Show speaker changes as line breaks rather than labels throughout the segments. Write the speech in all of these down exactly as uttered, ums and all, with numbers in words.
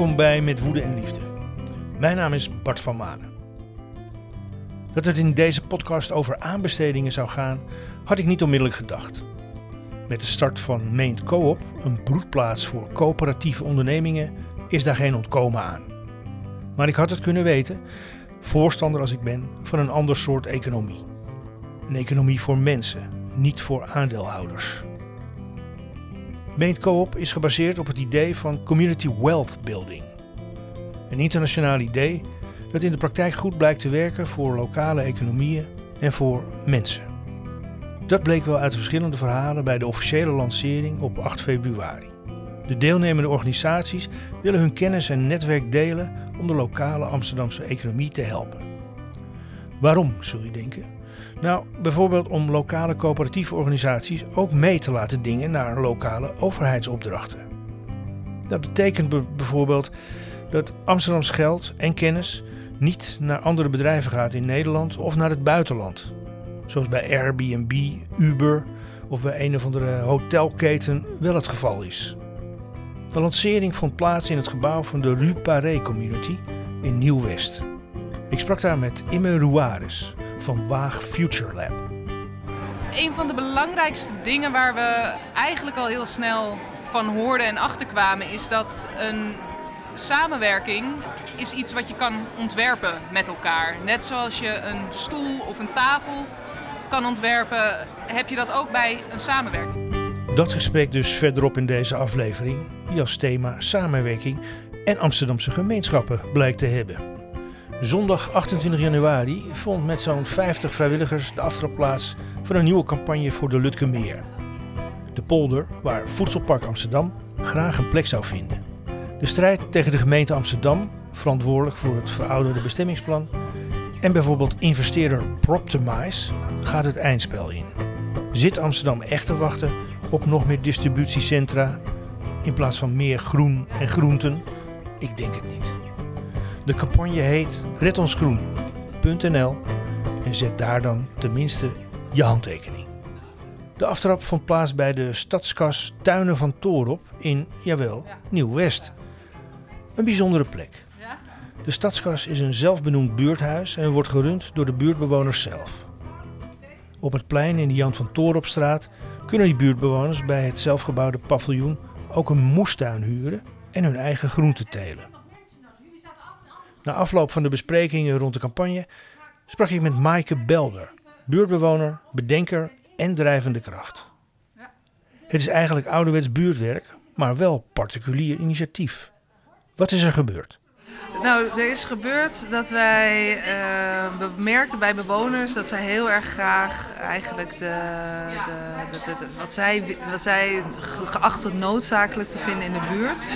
Welkom bij Met Woede en Liefde. Mijn naam is Bart van Manen. Dat het in deze podcast over aanbestedingen zou gaan, had ik niet onmiddellijk gedacht. Met de start van Meent Coop, een broedplaats voor coöperatieve ondernemingen, is daar geen ontkomen aan. Maar ik had het kunnen weten, voorstander als ik ben, van een ander soort economie. Een economie voor mensen, niet voor aandeelhouders. Meent Coop is gebaseerd op het idee van community wealth building. Een internationaal idee dat in de praktijk goed blijkt te werken voor lokale economieën en voor mensen. Dat bleek wel uit de verschillende verhalen bij de officiële lancering op acht februari. De deelnemende organisaties willen hun kennis en netwerk delen om de lokale Amsterdamse economie te helpen. Waarom, zul je denken? Nou, bijvoorbeeld om lokale coöperatieve organisaties ook mee te laten dingen naar lokale overheidsopdrachten. Dat betekent b- bijvoorbeeld dat Amsterdams geld en kennis niet naar andere bedrijven gaat in Nederland of naar het buitenland. Zoals bij Airbnb, Uber of bij een of andere hotelketen wel het geval is. De lancering vond plaats in het gebouw van de Rue Paré Community in Nieuw-West. Ik sprak daar met Imme Ruares van Waag Future Lab.
Een van de belangrijkste dingen waar we eigenlijk al heel snel van hoorden en achterkwamen is dat een samenwerking is iets wat je kan ontwerpen met elkaar. Net zoals je een stoel of een tafel kan ontwerpen, heb je dat ook bij een samenwerking.
Dat gesprek dus verderop in deze aflevering, die als thema samenwerking en Amsterdamse gemeenschappen blijkt te hebben. Zondag achtentwintig januari vond met zo'n vijftig vrijwilligers de aftrap plaats van een nieuwe campagne voor de Lutkemeer. De polder waar Voedselpark Amsterdam graag een plek zou vinden. De strijd tegen de gemeente Amsterdam, verantwoordelijk voor het verouderde bestemmingsplan, en bijvoorbeeld investeerder Proptimize gaat het eindspel in. Zit Amsterdam echt te wachten op nog meer distributiecentra in plaats van meer groen en groenten? Ik denk het niet. De campagne heet red ons groen punt n l en zet daar dan tenminste je handtekening. De aftrap vond plaats bij de stadskas Tuinen van Toorop in, jawel, Nieuw-West. Een bijzondere plek. De stadskas is een zelfbenoemd buurthuis en wordt gerund door de buurtbewoners zelf. Op het plein in de Jan van Tooropstraat kunnen die buurtbewoners bij het zelfgebouwde paviljoen ook een moestuin huren en hun eigen groenten telen. Na afloop van de besprekingen rond de campagne sprak ik met Maaike Belder, buurtbewoner, bedenker en drijvende kracht. Het is eigenlijk ouderwets buurtwerk, maar wel particulier initiatief. Wat is er gebeurd?
Nou, er is gebeurd dat wij uh, bemerkten bij bewoners dat zij heel erg graag eigenlijk de, de, de, de, de, wat, zij, wat zij geacht noodzakelijk te vinden in de buurt.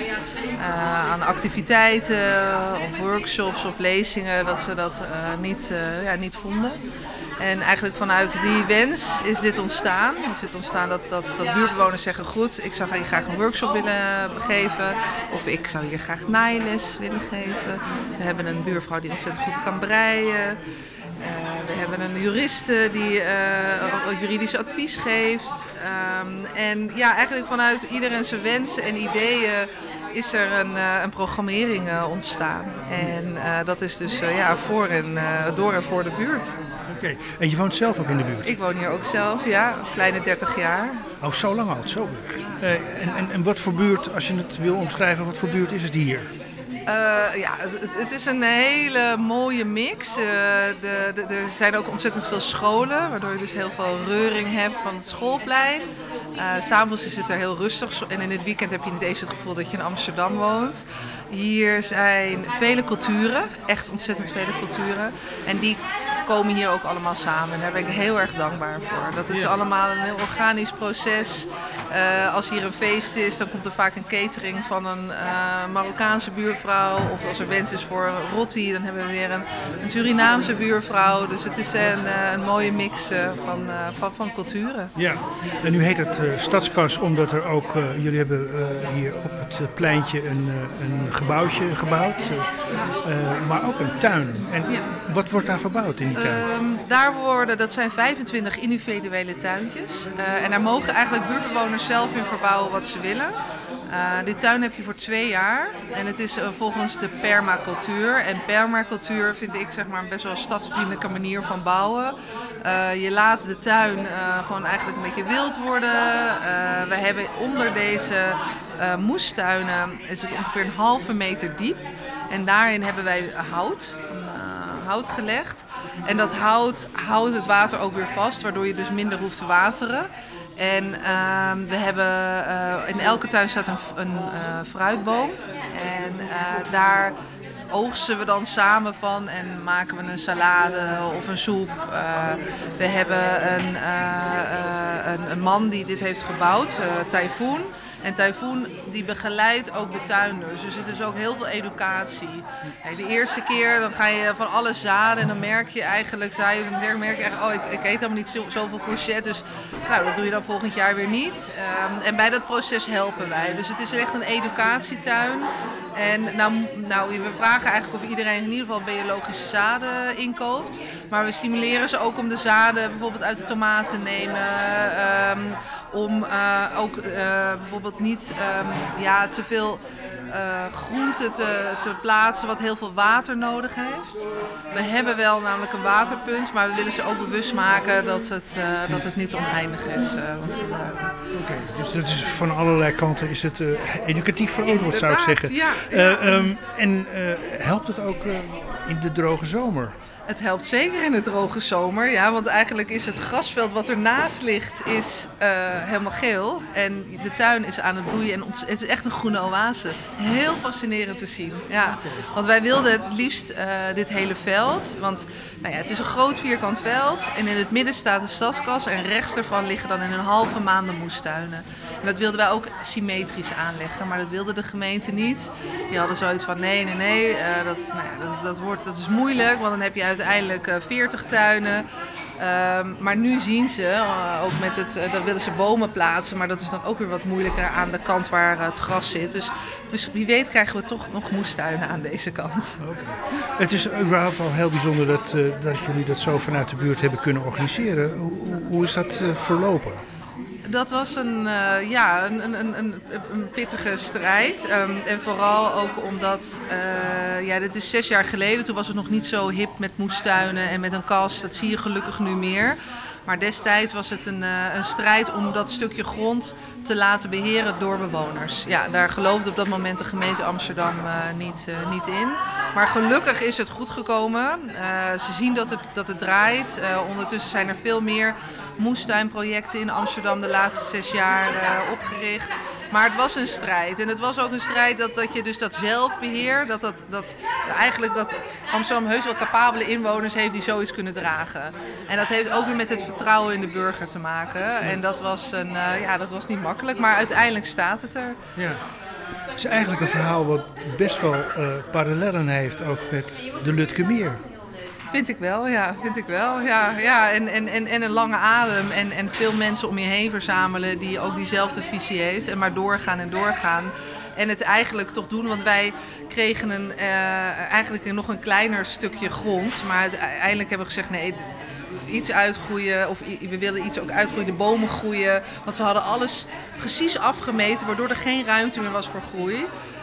Uh, aan activiteiten of workshops of lezingen, dat ze dat uh, niet, uh, ja, niet vonden. En eigenlijk vanuit die wens is dit ontstaan. Is het ontstaan dat, dat, dat buurtbewoners zeggen, goed, ik zou hier graag een workshop willen geven. Of ik zou hier graag naailes willen geven. We hebben een buurvrouw die ontzettend goed kan breien. Uh, we hebben een juriste die uh, juridisch advies geeft. Um, en ja, eigenlijk vanuit iedereen zijn wensen en ideeën is er een, uh, een programmering uh, ontstaan. En uh, dat is dus uh, ja, voor en, uh, door en voor de buurt.
Oké, okay. En je woont zelf ook in de buurt?
Ik woon hier ook zelf, ja, een kleine dertig jaar.
Oh, zo lang al, zo. Uh, en, en, en wat voor buurt, als je het wil omschrijven, wat voor buurt is het hier?
Uh, ja, het, het is een hele mooie mix. Uh, de, de, er zijn ook ontzettend veel scholen, waardoor je dus heel veel reuring hebt van het schoolplein. Uh, 's avonds is het er heel rustig en in het weekend heb je niet eens het gevoel dat je in Amsterdam woont. Hier zijn vele culturen, echt ontzettend vele culturen. En die komen hier ook allemaal samen. En daar ben ik heel erg dankbaar voor. Dat is allemaal een heel organisch proces. Uh, als hier een feest is, dan komt er vaak een catering van een uh, Marokkaanse buurvrouw. Of als er wens is voor een rotti, dan hebben we weer een, een Surinaamse buurvrouw. Dus het is een, uh, een mooie mix uh, van, uh, van, van culturen.
Ja, en nu heet het uh, Stadskas omdat er ook, uh, jullie hebben uh, hier op het uh, pleintje een, uh, een gebouwtje gebouwd. Uh, uh, maar ook een tuin. En ja. Wat wordt daar verbouwd in die tuin?
Um, daar worden, dat zijn vijfentwintig individuele tuintjes. Uh, en daar mogen eigenlijk buurtbewoners zelf in verbouwen wat ze willen. Uh, die tuin heb je voor twee jaar en het is uh, volgens de permacultuur. En permacultuur vind ik zeg maar een best wel stadsvriendelijke manier van bouwen. Uh, je laat de tuin uh, gewoon eigenlijk een beetje wild worden. Uh, we hebben onder deze uh, moestuinen is het ongeveer een halve meter diep. En daarin hebben wij hout, uh, hout gelegd. En dat hout houdt het water ook weer vast, waardoor je dus minder hoeft te wateren. En uh, we hebben, uh, in elke tuin staat een, een uh, fruitboom. En uh, daar oogsten we dan samen van en maken we een salade of een soep. Uh, we hebben een, uh, uh, een, een man die dit heeft gebouwd, uh, Typhoon. En Typhoon die begeleidt ook de tuinders. Dus het is ook heel veel educatie. Kijk, de eerste keer dan ga je van alle zaden en dan merk je eigenlijk, zei je, dan merk je eigenlijk, oh ik, ik eet helemaal niet zo, zoveel courgette. Dus nou, dat doe je dan volgend jaar weer niet. Um, en bij dat proces helpen wij. Dus het is echt een educatietuin. En nou, nou, we vragen eigenlijk of iedereen in ieder geval biologische zaden inkoopt. Maar we stimuleren ze ook om de zaden bijvoorbeeld uit de tomaten te nemen. Um, om uh, ook uh, bijvoorbeeld niet um, ja, te veel uh, groenten te, te plaatsen wat heel veel water nodig heeft. We hebben wel namelijk een waterpunt, maar we willen ze ook bewust maken dat het, uh, dat het niet oneindig is. Uh, want, uh,
Oké, okay, dus dat is van allerlei kanten is het uh, educatief verantwoord, zou ik zeggen.
Ja, ja.
Uh, um, en uh, helpt het ook uh, in de droge zomer?
Het helpt zeker in de droge zomer, ja, want eigenlijk is het grasveld wat ernaast ligt is uh, helemaal geel. En de tuin is aan het bloeien en ont- het is echt een groene oase. Heel fascinerend te zien, ja. Want wij wilden het liefst uh, dit hele veld, want nou ja, het is een groot vierkant veld. En in het midden staat de stadskas en rechts ervan liggen dan in een halve maand de moestuinen. En dat wilden wij ook symmetrisch aanleggen, maar dat wilde de gemeente niet. Die hadden zoiets van nee, nee, nee, uh, dat, nou ja, dat, dat, wordt, dat is moeilijk, want dan heb je uiteindelijk uh, veertig tuinen. Uh, maar nu zien ze, uh, ook met het, uh, dan willen ze bomen plaatsen, maar dat is dan ook weer wat moeilijker aan de kant waar uh, het gras zit. Dus, dus wie weet krijgen we toch nog moestuinen aan deze kant.
Okay. Het is überhaupt al heel bijzonder dat, uh, dat jullie dat zo vanuit de buurt hebben kunnen organiseren. Hoe, hoe is dat uh, verlopen?
Dat was een, uh, ja, een, een, een, een pittige strijd. Um, en vooral ook omdat, uh, ja, dit is zes jaar geleden. Toen was het nog niet zo hip met moestuinen en met een kas. Dat zie je gelukkig nu meer. Maar destijds was het een, uh, een strijd om dat stukje grond te laten beheren door bewoners. Ja, daar geloofde op dat moment de gemeente Amsterdam uh, niet, uh, niet in. Maar gelukkig is het goed gekomen. Uh, ze zien dat het, dat het draait. Uh, ondertussen zijn er veel meer moestuinprojecten in Amsterdam de laatste zes jaar uh, opgericht. Maar het was een strijd. En het was ook een strijd dat, dat je dus dat zelfbeheer, dat, dat, dat eigenlijk dat Amsterdam heus wel capabele inwoners heeft die zoiets kunnen dragen. En dat heeft ook weer met het vertrouwen in de burger te maken. En dat was, een, uh, ja, dat was niet makkelijk, maar uiteindelijk staat het er.
Ja. Het is eigenlijk een verhaal wat best wel uh, parallellen heeft ook met de Lutkemeer.
Vind ik wel, ja, vind ik wel. Ja, ja. En, en, en, en een lange adem en, en veel mensen om je heen verzamelen die ook diezelfde visie heeft en maar doorgaan en doorgaan. En het eigenlijk toch doen, want wij kregen een, uh, eigenlijk nog een kleiner stukje grond, maar uiteindelijk hebben we gezegd nee, iets uitgroeien of we wilden iets ook uitgroeien, de bomen groeien, want ze hadden alles precies afgemeten waardoor er geen ruimte meer was voor groei.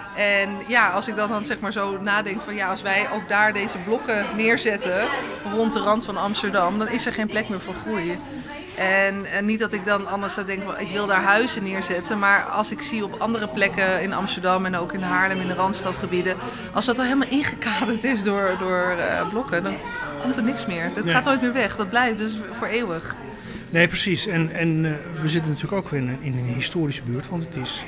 En ja, als ik dan, dan zeg maar zo nadenk van ja, als wij ook daar deze blokken neerzetten rond de rand van Amsterdam, dan is er geen plek meer voor groei. En, en niet dat ik dan anders zou denken, ik wil daar huizen neerzetten, maar als ik zie op andere plekken in Amsterdam en ook in Haarlem, in de Randstadgebieden, als dat al helemaal ingekaderd is door, door uh, blokken, dan komt er niks meer. Dat nee. gaat nooit meer weg, dat blijft dus voor eeuwig.
Nee, precies. En, en uh, we zitten natuurlijk ook in, in een historische buurt, want het is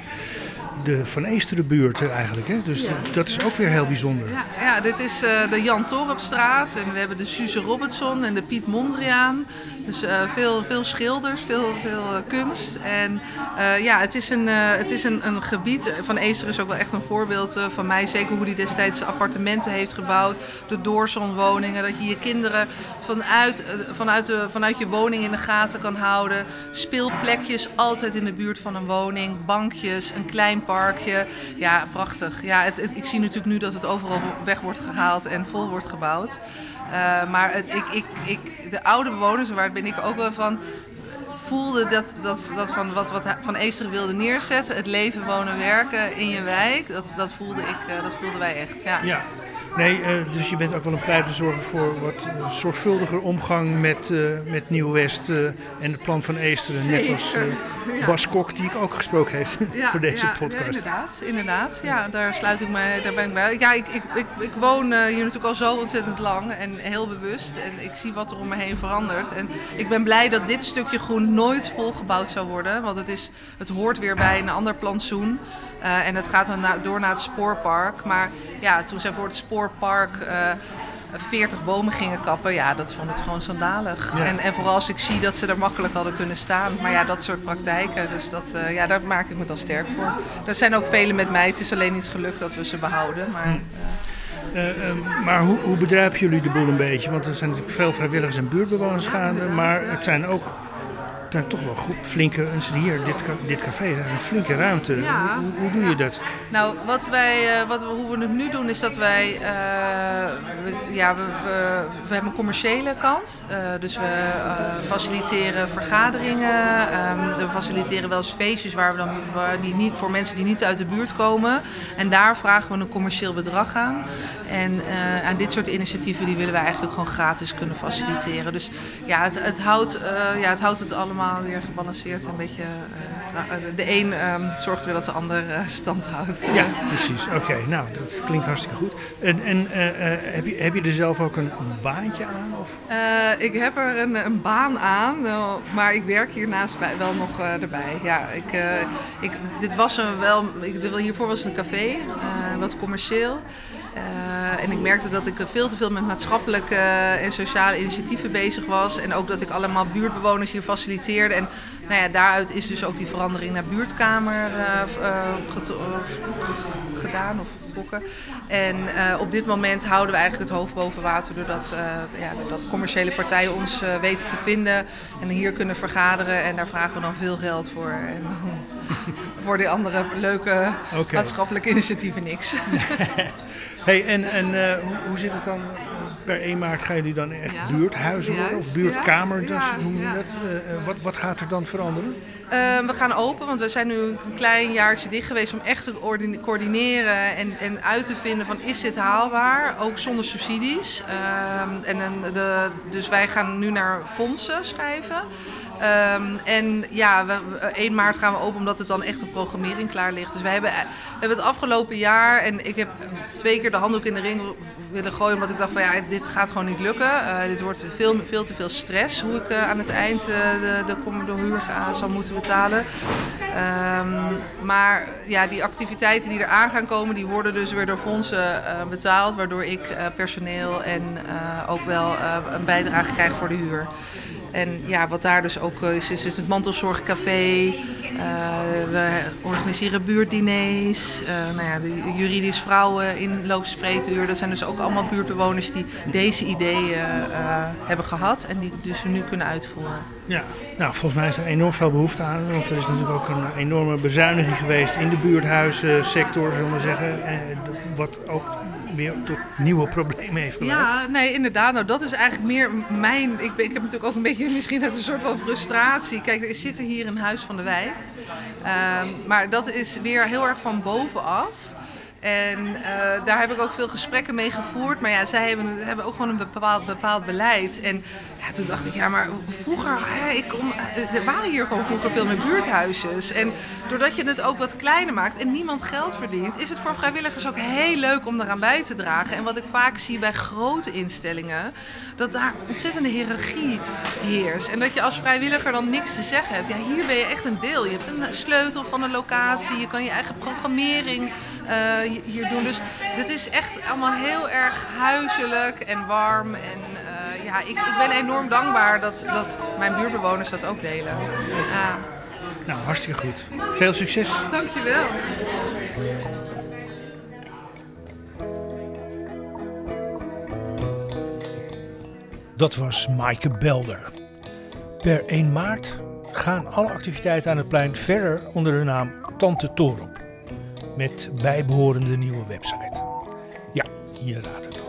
de Van Eesteren buurt eigenlijk, hè? Dus ja. Dat is ook weer heel bijzonder.
Ja, ja dit is uh, de Jan Torpstraat en we hebben de Suze Robertson en de Piet Mondriaan. Dus uh, veel, veel schilders, veel, veel uh, kunst. En uh, ja, het is, een, uh, het is een, een gebied, Van Eesteren is ook wel echt een voorbeeld uh, van mij. Zeker hoe hij destijds appartementen heeft gebouwd, de doorzonwoningen, dat je je kinderen vanuit, uh, vanuit, de, vanuit je woning in de gaten kan houden. Speelplekjes altijd in de buurt van een woning, bankjes, een klein parkje. Ja, prachtig. Ja, het, het, ik zie natuurlijk nu dat het overal weg wordt gehaald en vol wordt gebouwd. Uh, maar het, ik, ik, ik, de oude bewoners, waar ben ik ook wel van, voelde dat, dat, dat van wat, wat Van Eesteren wilde neerzetten, het leven, wonen, werken in je wijk, dat, dat, voelde ik, uh, dat voelden wij echt. Ja.
Ja. Nee, uh, dus je bent ook wel een pleitbezorger voor wat uh, zorgvuldiger omgang met, uh, met Nieuw-West uh, en het plan van Eesteren. Net als uh, ja. Bas Kok, die ik ook gesproken heeft ja, voor deze
ja,
podcast.
Ja, inderdaad, inderdaad. Ja, daar sluit ik me, daar ben ik bij. Ja, ik, ik, ik, ik woon uh, hier natuurlijk al zo ontzettend lang en heel bewust. En ik zie wat er om me heen verandert. En ik ben blij dat dit stukje groen nooit volgebouwd zou worden. Want het, is, het hoort weer bij een ander plantsoen. Uh, en het gaat dan na, door naar het spoorpark. Maar ja, toen zij voor het spoorpark uh, veertig bomen gingen kappen, ja, dat vond ik gewoon schandalig. Ja. En, en vooral als ik zie dat ze er makkelijk hadden kunnen staan. Maar ja, dat soort praktijken, dus dat, uh, ja, daar maak ik me dan sterk voor. Er zijn ook velen met mij, het is alleen niet gelukt dat we ze behouden. Maar, uh,
uh, uh, maar hoe, hoe bedrijven jullie de boel een beetje? Want er zijn natuurlijk veel vrijwilligers en buurtbewoners ja, gaande, maar het zijn ook... Het zijn toch wel goed flinke, hier, dit, dit café, een flinke ruimte.
Ja.
Hoe, hoe doe je dat?
Nou, wat wij, wat we, hoe we het nu doen is dat wij, uh, we, ja, we, we, we hebben een commerciële kant. Uh, dus we uh, faciliteren vergaderingen, um, we faciliteren wel eens feestjes waar we dan, waar die niet, voor mensen die niet uit de buurt komen. En daar vragen we een commercieel bedrag aan. En uh, aan dit soort initiatieven die willen we eigenlijk gewoon gratis kunnen faciliteren. Dus ja, het, het, houdt, uh, ja, het houdt het allemaal weer gebalanceerd. Een beetje, uh, de een um, zorgt weer dat de ander uh, stand houdt.
Ja, precies. Oké, okay, nou, dat klinkt hartstikke goed. En, en uh, uh, heb, je, heb je er zelf ook een baantje aan? Of?
Uh, ik heb er een, een baan aan, uh, maar ik werk hiernaast bij, wel nog uh, erbij. Ja, ik, uh, ik, dit was een wel, ik, hiervoor was het een café, uh, wat commercieel. Uh, en ik merkte dat ik veel te veel met maatschappelijke en sociale initiatieven bezig was. En ook dat ik allemaal buurtbewoners hier faciliteerde. En nou ja, daaruit is dus ook die verandering naar buurtkamer uh, uh, geto- uh, gedaan of getrokken. En uh, op dit moment houden we eigenlijk het hoofd boven water doordat, uh, ja, doordat commerciële partijen ons uh, weten te vinden en hier kunnen vergaderen. En daar vragen we dan veel geld voor. En dan voor die andere leuke okay. maatschappelijke initiatieven niks.
Hey, en en uh, hoe, hoe zit het dan? Per één maart gaan jullie dan echt ja. buurthuizen worden? Of buurtkamer, ja. dus, ja. noem je ja. dat? Uh, wat, wat gaat er dan veranderen?
Uh, we gaan open, want we zijn nu een klein jaartje dicht geweest om echt te ordine- coördineren en, en uit te vinden van is dit haalbaar, ook zonder subsidies. Uh, en, en de, dus wij gaan nu naar fondsen schrijven. Um, en ja, we, één maart gaan we open omdat het dan echt een programmering klaar ligt. Dus wij hebben, we hebben het afgelopen jaar, en ik heb twee keer de handdoek in de ring willen gooien, omdat ik dacht van ja, dit gaat gewoon niet lukken. Uh, dit wordt veel, veel te veel stress, hoe ik uh, aan het eind uh, de, de, de huur uh, zal moeten betalen. Um, maar ja, die activiteiten die eraan gaan komen, die worden dus weer door fondsen uh, betaald, waardoor ik uh, personeel en uh, ook wel uh, een bijdrage krijg voor de huur. En ja, wat daar dus ook is, is het mantelzorgcafé. Uh, we organiseren buurtdiners. Uh, nou ja, de juridisch vrouwen inloopspreekuur. Dat zijn dus ook allemaal buurtbewoners die deze ideeën uh, hebben gehad en die dus nu kunnen uitvoeren.
Ja, nou, volgens mij is er enorm veel behoefte aan. Want er is natuurlijk ook een enorme bezuiniging geweest in de buurthuissector, zullen we zeggen. Wat ook weer tot nieuwe problemen heeft geleid.
Ja, nee, inderdaad. Nou, dat is eigenlijk meer mijn... Ik, ben, ik heb natuurlijk ook een beetje misschien uit een soort van frustratie. Kijk, er zit hier een huis van de wijk. Um, maar dat is weer heel erg van bovenaf. En uh, daar heb ik ook veel gesprekken mee gevoerd. Maar ja, zij hebben, hebben ook gewoon een bepaald, bepaald beleid. En ja, toen dacht ik, ja, maar vroeger... Hè, ik kom, er waren hier gewoon vroeger veel meer buurthuisjes. En doordat je het ook wat kleiner maakt en niemand geld verdient, is het voor vrijwilligers ook heel leuk om daaraan bij te dragen. En wat ik vaak zie bij grote instellingen, dat daar ontzettende hiërarchie heerst. En dat je als vrijwilliger dan niks te zeggen hebt. Ja, hier ben je echt een deel. Je hebt een sleutel van de locatie. Je kan je eigen programmering uh, hier doen. Dus dit is echt allemaal heel erg huiselijk en warm. En uh, ja, ik, ik ben enorm dankbaar dat, dat mijn buurtbewoners dat ook delen. Uh.
Nou, hartstikke goed. Veel succes.
Dankjewel.
Dat was Maaike Belder. Per één maart gaan alle activiteiten aan het plein verder onder de naam Tante Torop. Met bijbehorende nieuwe website. Ja, je raadt het al.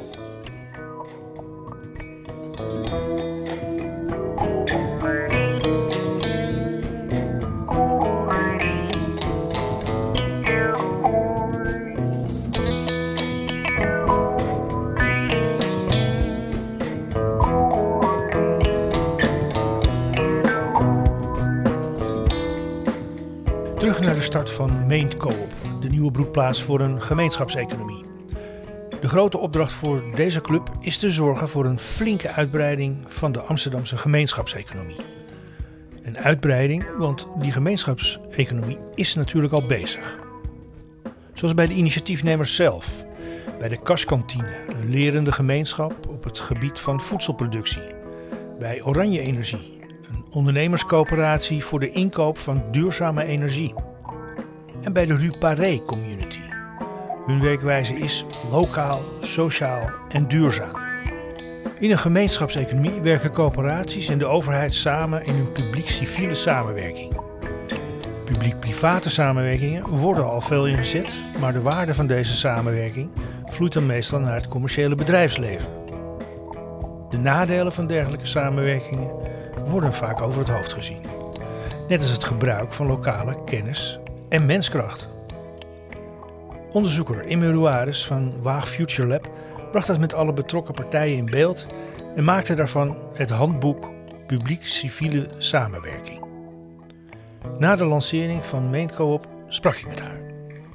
start van Main Coop, de nieuwe broedplaats voor een gemeenschapseconomie. De grote opdracht voor deze club is te zorgen voor een flinke uitbreiding van de Amsterdamse gemeenschapseconomie. Een uitbreiding, want die gemeenschapseconomie is natuurlijk al bezig. Zoals bij de initiatiefnemers zelf, bij de Kaskantine, een lerende gemeenschap op het gebied van voedselproductie. Bij Oranje Energie, een ondernemerscoöperatie voor de inkoop van duurzame energie. En bij de Rue Paré Community. Hun werkwijze is lokaal, sociaal en duurzaam. In een gemeenschapseconomie werken coöperaties en de overheid samen in een publiek-civiele samenwerking. Publiek-private samenwerkingen worden al veel ingezet, maar de waarde van deze samenwerking vloeit dan meestal naar het commerciële bedrijfsleven. De nadelen van dergelijke samenwerkingen worden vaak over het hoofd gezien. Net als het gebruik van lokale kennis en menskracht. Onderzoeker Imme Ruares van Waag Future Lab bracht dat met alle betrokken partijen in beeld en maakte daarvan het handboek Publiek-Civiele Samenwerking. Na de lancering van Main Coop sprak ik met haar.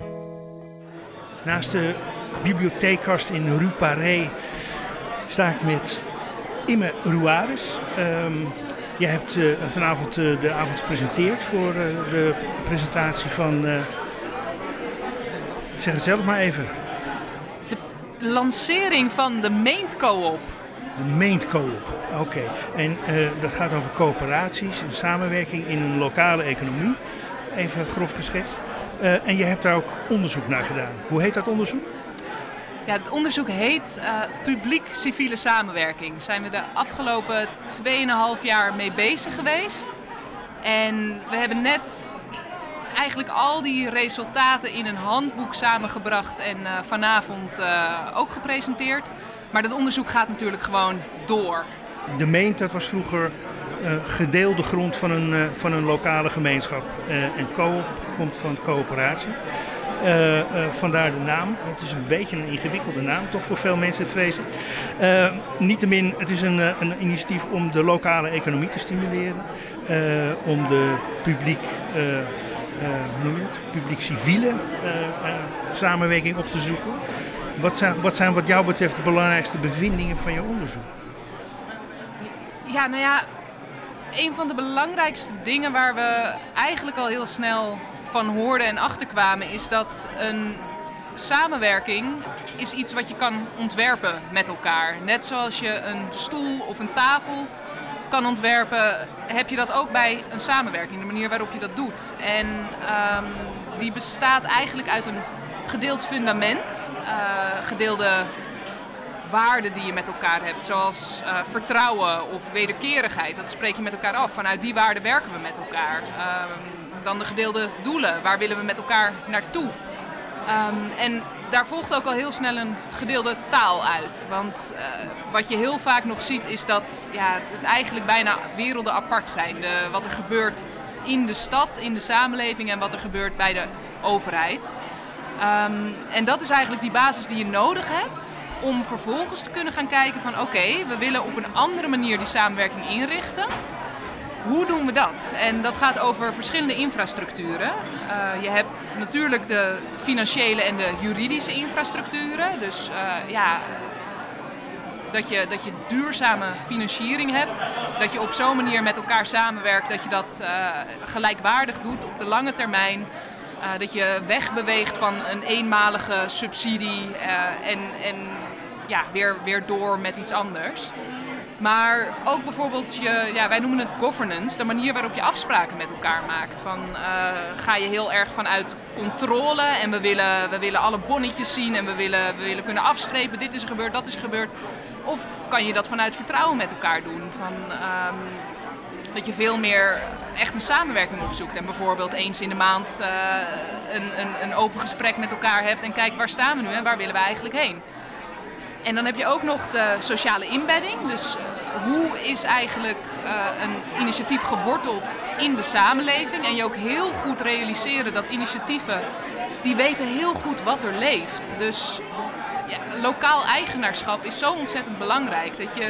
Naast de bibliotheekkast in Rue Paré sta ik met Imme Ruares. Um, jij hebt uh, vanavond uh, de avond gepresenteerd voor uh, de presentatie van... Uh, zeg het zelf maar even.
De lancering van de Main Coop.
De Main Coop, oké. Okay. En uh, dat gaat over coöperaties en samenwerking in een lokale economie. Even grof geschetst. Uh, en je hebt daar ook onderzoek naar gedaan. Hoe heet dat onderzoek?
Ja, het onderzoek heet uh, Publiek-Civiele Samenwerking. Daar zijn we de afgelopen tweeënhalf jaar mee bezig geweest. En we hebben net eigenlijk al die resultaten in een handboek samengebracht en uh, vanavond uh, ook gepresenteerd. Maar dat onderzoek gaat natuurlijk gewoon door.
De Main, dat was vroeger uh, gedeelde grond van een, uh, van een lokale gemeenschap. Uh, en Coop komt van coöperatie. Uh, uh, vandaar de naam. Het is een beetje een ingewikkelde naam, toch voor veel mensen vrees ik. Uh, niettemin, het is een, uh, een initiatief om de lokale economie te stimuleren. Uh, om de publiek, uh, uh, hoe noem je het? publiek-civiele uh, uh, samenwerking op te zoeken. Wat zijn, wat zijn wat jou betreft de belangrijkste bevindingen van je onderzoek?
Ja, nou ja, een van de belangrijkste dingen waar we eigenlijk al heel snel van hoorden en achterkwamen is dat een samenwerking is iets wat je kan ontwerpen met elkaar. Net zoals je een stoel of een tafel kan ontwerpen, heb je dat ook bij een samenwerking, de manier waarop je dat doet. En um, die bestaat eigenlijk uit een gedeeld fundament, uh, gedeelde waarden die je met elkaar hebt, zoals uh, vertrouwen of wederkerigheid. Dat spreek je met elkaar af. Vanuit die waarden werken we met elkaar. Um, dan de gedeelde doelen, waar willen we met elkaar naartoe? Um, en daar volgt ook al heel snel een gedeelde taal uit. Want uh, wat je heel vaak nog ziet is dat ja, het eigenlijk bijna werelden apart zijn. De, wat er gebeurt in de stad, in de samenleving en wat er gebeurt bij de overheid. Um, en dat is eigenlijk die basis die je nodig hebt om vervolgens te kunnen gaan kijken van oké, okay, we willen op een andere manier die samenwerking inrichten. Hoe doen we dat? En dat gaat over verschillende infrastructuren. Uh, je hebt natuurlijk de financiële en de juridische infrastructuren. Dus uh, ja, dat je, dat je duurzame financiering hebt. Dat je op zo'n manier met elkaar samenwerkt. Dat je dat uh, gelijkwaardig doet op de lange termijn. Uh, dat je wegbeweegt van een eenmalige subsidie uh, en, en ja, weer, weer door met iets anders. Maar ook bijvoorbeeld, je, ja, wij noemen het governance, de manier waarop je afspraken met elkaar maakt. Van, uh, ga je heel erg vanuit controle en we willen, we willen alle bonnetjes zien en we willen, we willen kunnen afstrepen, dit is er gebeurd, dat is er gebeurd. Of kan je dat vanuit vertrouwen met elkaar doen? Van, um, dat je veel meer echt een samenwerking opzoekt en bijvoorbeeld eens in de maand uh, een, een, een open gesprek met elkaar hebt en kijkt waar staan we nu en waar willen we eigenlijk heen. En dan heb je ook nog de sociale inbedding. Dus hoe is eigenlijk uh, een initiatief geworteld in de samenleving? En je ook heel goed realiseren dat initiatieven, die weten heel goed wat er leeft. Dus ja, lokaal eigenaarschap is zo ontzettend belangrijk. Dat je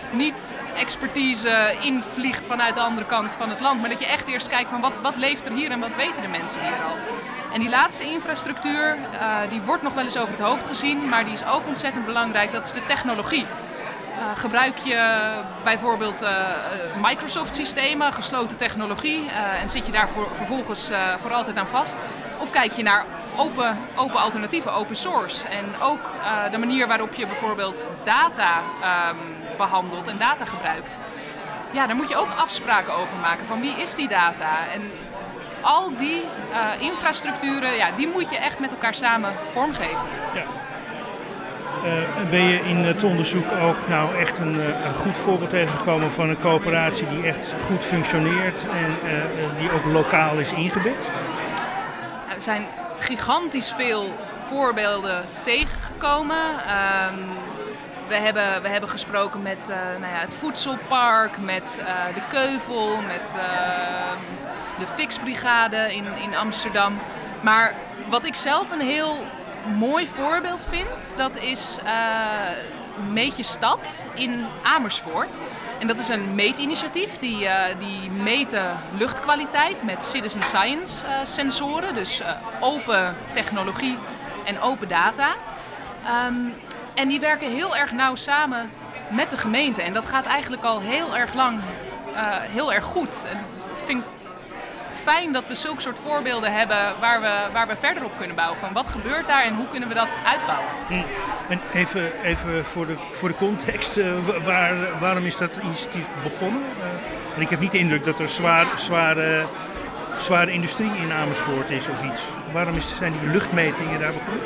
niet expertise invliegt vanuit de andere kant van het land, maar dat je echt eerst kijkt van wat, wat leeft er hier en wat weten de mensen hier al. En die laatste infrastructuur, uh, die wordt nog wel eens over het hoofd gezien, maar die is ook ontzettend belangrijk. Dat is de technologie. Uh, gebruik je bijvoorbeeld uh, Microsoft-systemen, gesloten technologie, uh, en zit je daar voor, vervolgens uh, voor altijd aan vast? Of kijk je naar open, open alternatieven, open source? En ook uh, de manier waarop je bijvoorbeeld data um, behandelt en data gebruikt. Ja, daar moet je ook afspraken over maken van wie is die data? En al die uh, infrastructuren, ja, die moet je echt met elkaar samen vormgeven. Ja.
Uh, ben je in het onderzoek ook nou echt een, een goed voorbeeld tegengekomen van een coöperatie die echt goed functioneert en uh, die ook lokaal is ingebed?
Er zijn gigantisch veel voorbeelden tegengekomen. Um, we, hebben, we hebben gesproken met uh, nou ja, het Voedselpark, met uh, de Keuvel, met uh, de Fixbrigade in, in Amsterdam. Maar wat ik zelf een heel mooi voorbeeld vind, dat is uh, Meet je Stad in Amersfoort. En dat is een meetinitiatief, die, uh, die meten luchtkwaliteit met citizen science uh, sensoren. Dus uh, open technologie en open data. Um, en die werken heel erg nauw samen met de gemeente. En dat gaat eigenlijk al heel erg lang uh, heel erg goed. En ik vind fijn dat we zulke soort voorbeelden hebben waar we, waar we verder op kunnen bouwen. Van wat gebeurt daar en hoe kunnen we dat uitbouwen?
Hm. En even, even voor, de, voor de context, uh, waar, waarom is dat initiatief begonnen? Uh, en ik heb niet de indruk dat er zwaar, zware, zware industrie in Amersfoort is of iets. Waarom is, zijn die luchtmetingen daar begonnen?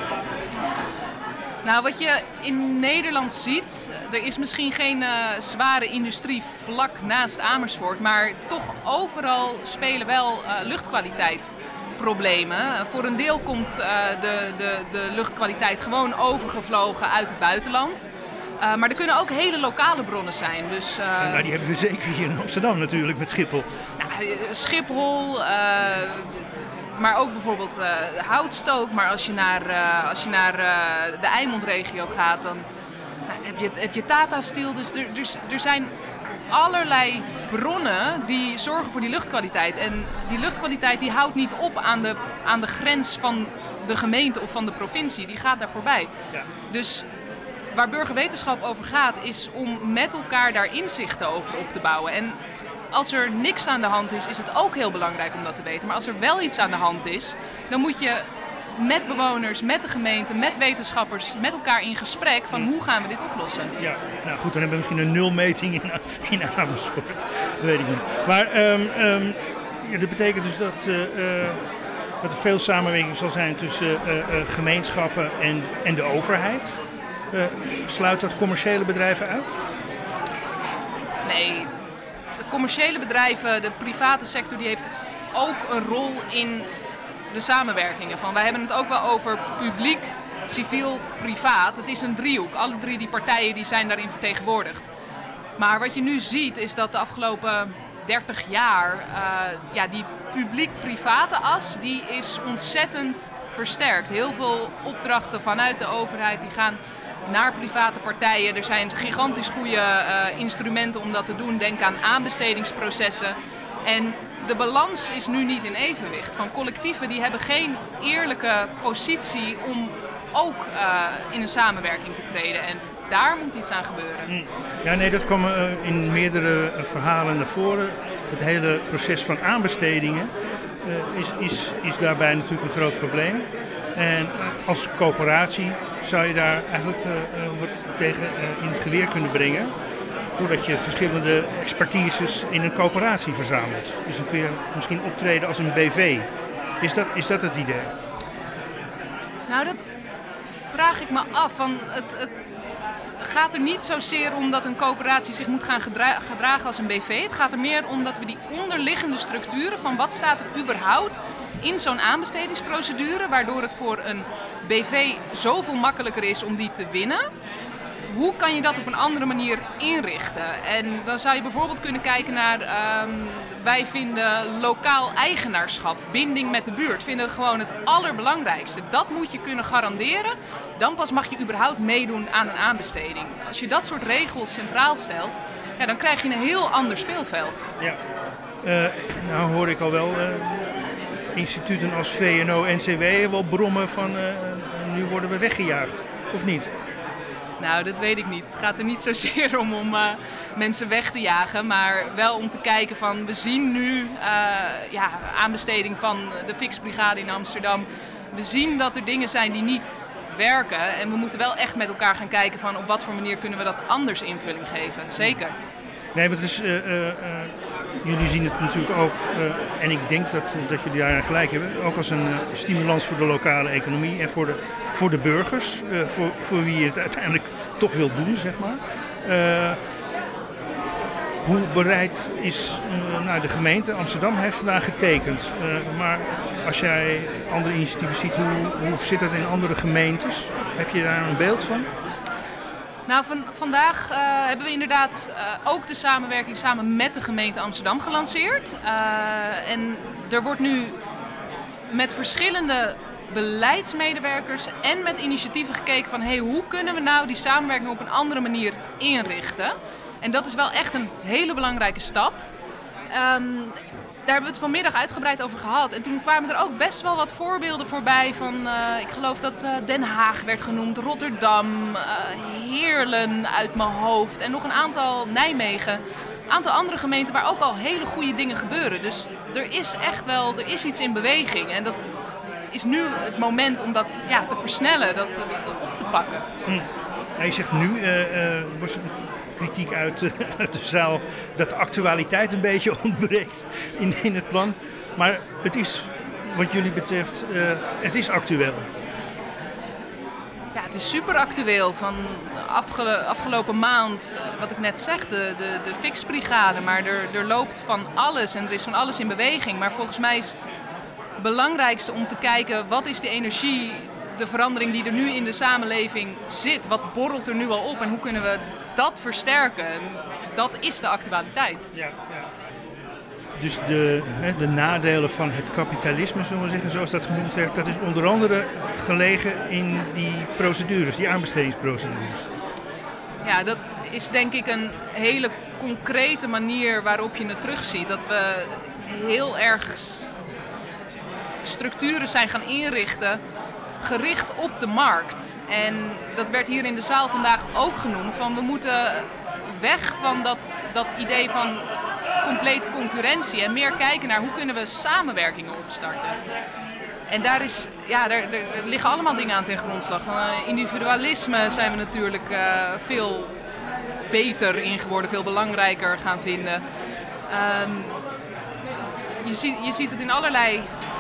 Nou, wat je in Nederland ziet, er is misschien geen uh, zware industrie vlak naast Amersfoort, maar toch overal spelen wel uh, luchtkwaliteit problemen. Voor een deel komt uh, de, de, de luchtkwaliteit gewoon overgevlogen uit het buitenland. Uh, maar er kunnen ook hele lokale bronnen zijn. Dus, uh,
nou, die hebben we zeker hier in Amsterdam natuurlijk met Schiphol.
Nou, Schiphol, uh, maar ook bijvoorbeeld uh, Houtstook. Maar als je naar, uh, als je naar uh, de Eimondregio gaat, dan nou, heb je, heb je Tata Steel. Dus er, dus er zijn allerlei bronnen die zorgen voor die luchtkwaliteit. En die luchtkwaliteit die houdt niet op aan de, aan de grens van de gemeente of van de provincie. Die gaat daar voorbij. Ja. Dus waar burgerwetenschap over gaat, is om met elkaar daar inzichten over op te bouwen. En als er niks aan de hand is, is het ook heel belangrijk om dat te weten. Maar als er wel iets aan de hand is, dan moet je met bewoners, met de gemeente, met wetenschappers, met elkaar in gesprek van hoe gaan we dit oplossen.
Ja, nou goed, dan hebben we misschien een nulmeting in, in Amersfoort. Dat weet ik niet. Maar um, um, ja, dat betekent dus dat, uh, uh, dat er veel samenwerking zal zijn tussen uh, uh, gemeenschappen en, en de overheid. Uh, sluit dat commerciële bedrijven uit?
Nee, de commerciële bedrijven, de private sector, die heeft ook een rol in de samenwerkingen. Van, wij hebben het ook wel over publiek, civiel, privaat. Het is een driehoek. Alle drie die partijen die zijn daarin vertegenwoordigd. Maar wat je nu ziet is dat de afgelopen dertig jaar uh, ja, die publiek-private as die is ontzettend versterkt. Heel veel opdrachten vanuit de overheid die gaan naar private partijen. Er zijn gigantisch goede uh, instrumenten om dat te doen. Denk aan aanbestedingsprocessen. En de balans is nu niet in evenwicht. Van collectieven die hebben geen eerlijke positie om ook uh, in een samenwerking te treden. En daar moet iets aan gebeuren.
Ja, nee, dat kwam uh, in meerdere uh, verhalen naar voren. Het hele proces van aanbestedingen uh, is, is, is daarbij natuurlijk een groot probleem. En uh, als coöperatie zou je daar eigenlijk uh, uh, wat tegen uh, in het geweer kunnen brengen. Doordat je verschillende expertises in een coöperatie verzamelt. Dus dan kun je misschien optreden als een B V. Is dat, is dat het idee?
Nou, dat vraag ik me af. Van het, het gaat er niet zozeer om dat een coöperatie zich moet gaan gedra- gedragen als een B V. Het gaat er meer om dat we die onderliggende structuren van wat staat er überhaupt in zo'n aanbestedingsprocedure, waardoor het voor een B V zoveel makkelijker is om die te winnen. hoe kan je dat op een andere manier inrichten? En dan zou je bijvoorbeeld kunnen kijken naar, um, wij vinden lokaal eigenaarschap, binding met de buurt, vinden we gewoon het allerbelangrijkste. Dat moet je kunnen garanderen, dan pas mag je überhaupt meedoen aan een aanbesteding. Als je dat soort regels centraal stelt, ja, dan krijg je een heel ander speelveld.
Ja, uh, nou hoor ik al wel uh, instituten als V N O, N C W wel brommen van uh, nu worden we weggejaagd, of niet?
Nou, dat weet ik niet. Het gaat er niet zozeer om om uh, mensen weg te jagen, maar wel om te kijken van, we zien nu uh, ja, aanbesteding van de Fixbrigade in Amsterdam. We zien dat er dingen zijn die niet werken en we moeten wel echt met elkaar gaan kijken van op wat voor manier kunnen we dat anders invulling geven. Zeker.
Nee, want het is, uh, uh, uh, jullie zien het natuurlijk ook, uh, en ik denk dat, dat jullie daar gelijk hebben, ook als een uh, stimulans voor de lokale economie en voor de, voor de burgers, uh, voor, voor wie je het uiteindelijk toch wil doen, zeg maar. Uh, hoe bereid is uh, nou, de gemeente? Amsterdam heeft vandaag getekend, uh, maar als jij andere initiatieven ziet, hoe, hoe zit het in andere gemeentes? Heb je daar een beeld van?
Nou, van, vandaag uh, hebben we inderdaad uh, ook de samenwerking samen met de gemeente Amsterdam gelanceerd. Uh, en er wordt nu met verschillende beleidsmedewerkers en met initiatieven gekeken van hey, hoe kunnen we nou die samenwerking op een andere manier inrichten. En dat is wel echt een hele belangrijke stap. Um, Daar hebben we het vanmiddag uitgebreid over gehad. En toen kwamen er ook best wel wat voorbeelden voorbij van, uh, ik geloof dat uh, Den Haag werd genoemd, Rotterdam, uh, Heerlen uit mijn hoofd en nog een aantal, Nijmegen. Een aantal andere gemeenten waar ook al hele goede dingen gebeuren. Dus er is echt wel, er is iets in beweging. En dat is nu het moment om dat ja, te versnellen, dat, dat op te pakken.
Hm. Ja, je zegt nu, uh, uh, was kritiek uit, uh, uit de zaal dat de actualiteit een beetje ontbreekt in, in het plan. Maar het is, wat jullie betreft, uh, het is actueel.
Ja, het is super actueel. Van afgelo- afgelopen maand, uh, wat ik net zeg, de, de, de Fixbrigade. Maar er, er loopt van alles en er is van alles in beweging. Maar volgens mij is het belangrijkste om te kijken, wat is de energie, de verandering die er nu in de samenleving zit? Wat borrelt er nu al op en hoe kunnen we dat versterken? Dat is de actualiteit. Ja, ja.
Dus de, de nadelen van het kapitalisme, zullen we zeggen, zoals dat genoemd werd, dat is onder andere gelegen in die procedures, die aanbestedingsprocedures.
Ja, dat is denk ik een hele concrete manier waarop je het terugziet. Dat we heel erg structuren zijn gaan inrichten gericht op de markt. En dat werd hier in de zaal vandaag ook genoemd. Van we moeten weg van dat, dat idee van complete concurrentie en meer kijken naar hoe kunnen we samenwerkingen opstarten. En daar, is, ja, daar, daar liggen allemaal dingen aan ten grondslag. Van uh, individualisme zijn we natuurlijk uh, veel beter in geworden, veel belangrijker gaan vinden. Um, je, zie, je ziet het in allerlei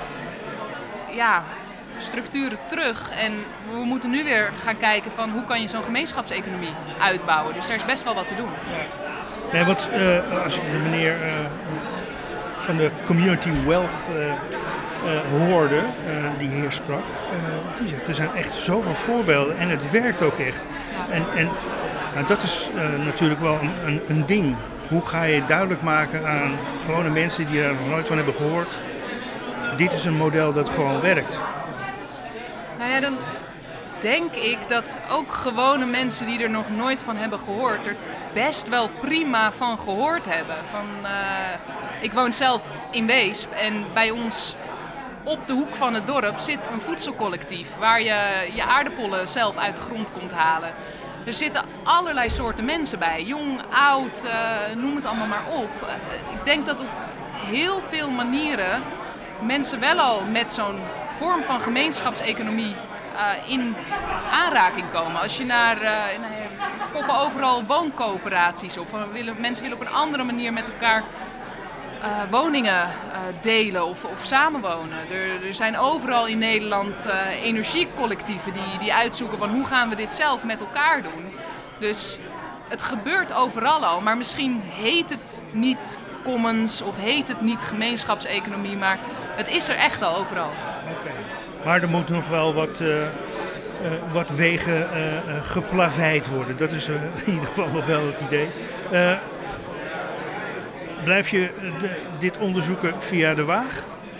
ja, structuren terug. En we moeten nu weer gaan kijken van hoe kan je zo'n gemeenschapseconomie uitbouwen. Dus er is best wel wat te doen.
Nee, want uh, als ik de meneer uh, van de Community Wealth uh, uh, hoorde, uh, die hier sprak, uh, die zegt er zijn echt zoveel voorbeelden en het werkt ook echt. En, en nou, dat is uh, natuurlijk wel een, een, een ding. Hoe ga je duidelijk maken aan gewone mensen die er nog nooit van hebben gehoord, dit is een model dat gewoon werkt.
Nou ja, dan denk ik dat ook gewone mensen die er nog nooit van hebben gehoord, er best wel prima van gehoord hebben. Van, uh, ik woon zelf in Weesp en bij ons op de hoek van het dorp zit een voedselcollectief waar je je aardappelen zelf uit de grond komt halen. Er zitten allerlei soorten mensen bij, jong, oud, uh, noem het allemaal maar op. Uh, ik denk dat op heel veel manieren mensen wel al met zo'n vorm van gemeenschapseconomie uh, in aanraking komen. Als je naar, uh, nou ja, poppen overal wooncoöperaties op. Van, willen, mensen willen op een andere manier met elkaar uh, woningen uh, delen of, of samenwonen. Er, er zijn overal in Nederland uh, energiecollectieven die, die uitzoeken van hoe gaan we dit zelf met elkaar doen. Dus het gebeurt overal al, maar misschien heet het niet commons of heet het niet gemeenschapseconomie, maar het is er echt al overal.
Okay. Maar er moet nog wel wat uh, uh, wat wegen uh, uh, geplaveid worden. Dat is uh, in ieder geval nog wel het idee. Uh, blijf je de, dit onderzoeken via de Waag?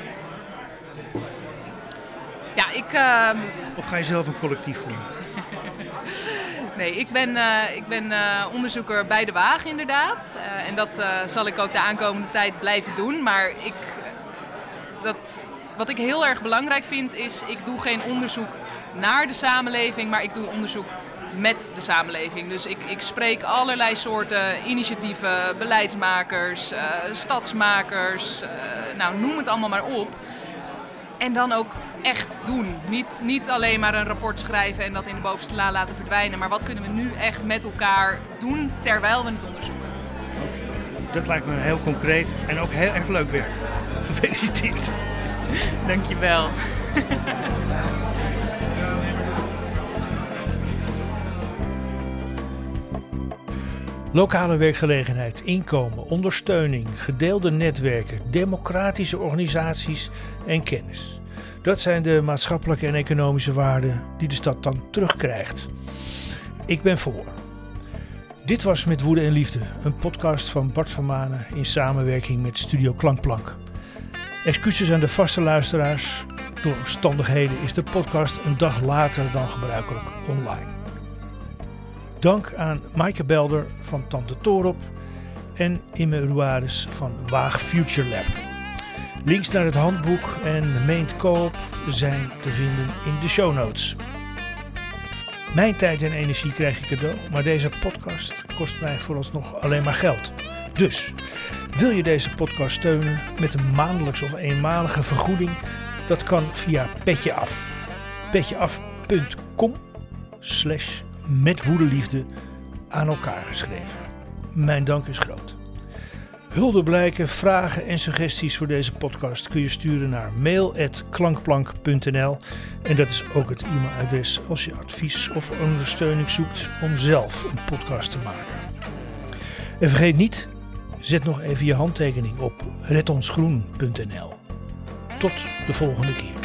Ja, ik... Uh...
Of ga je zelf een collectief vormen?
Nee, ik ben, uh, ik ben uh, onderzoeker bij de Waag inderdaad. Uh, en dat uh, zal ik ook de aankomende tijd blijven doen. Maar ik, dat, wat ik heel erg belangrijk vind is, ik doe geen onderzoek naar de samenleving, maar ik doe onderzoek met de samenleving. Dus ik, ik spreek allerlei soorten initiatieven, beleidsmakers, uh, stadsmakers, uh, nou noem het allemaal maar op. En dan ook echt doen. Niet, niet alleen maar een rapport schrijven en dat in de bovenste la laten verdwijnen. Maar wat kunnen we nu echt met elkaar doen terwijl we het onderzoeken?
Dat lijkt me heel concreet en ook heel erg leuk werk. Gefeliciteerd.
Dankjewel.
Lokale werkgelegenheid, inkomen, ondersteuning, gedeelde netwerken, democratische organisaties en kennis. Dat zijn de maatschappelijke en economische waarden die de stad dan terugkrijgt. Ik ben voor. Dit was Met Woede en Liefde, een podcast van Bart van Manen in samenwerking met Studio Klankplank. Excuses aan de vaste luisteraars. Door omstandigheden is de podcast een dag later dan gebruikelijk online. Dank aan Maaike Belder van Tante Torop en Imme Ruades van Waag Future Lab. Links naar het handboek en Meent Coop zijn te vinden in de show notes. Mijn tijd en energie krijg ik cadeau, maar deze podcast kost mij vooralsnog alleen maar geld. Dus, wil je deze podcast steunen met een maandelijks of eenmalige vergoeding? Dat kan via Petje Af. petjeaf.com slash met woedeliefde aan elkaar geschreven. Mijn dank is groot. Huldeblijken, vragen en suggesties voor deze podcast kun je sturen naar mail at klankplank punt n l en dat is ook het e-mailadres als je advies of ondersteuning zoekt om zelf een podcast te maken. En vergeet niet, zet nog even je handtekening op red ons groen punt n l. Tot de volgende keer.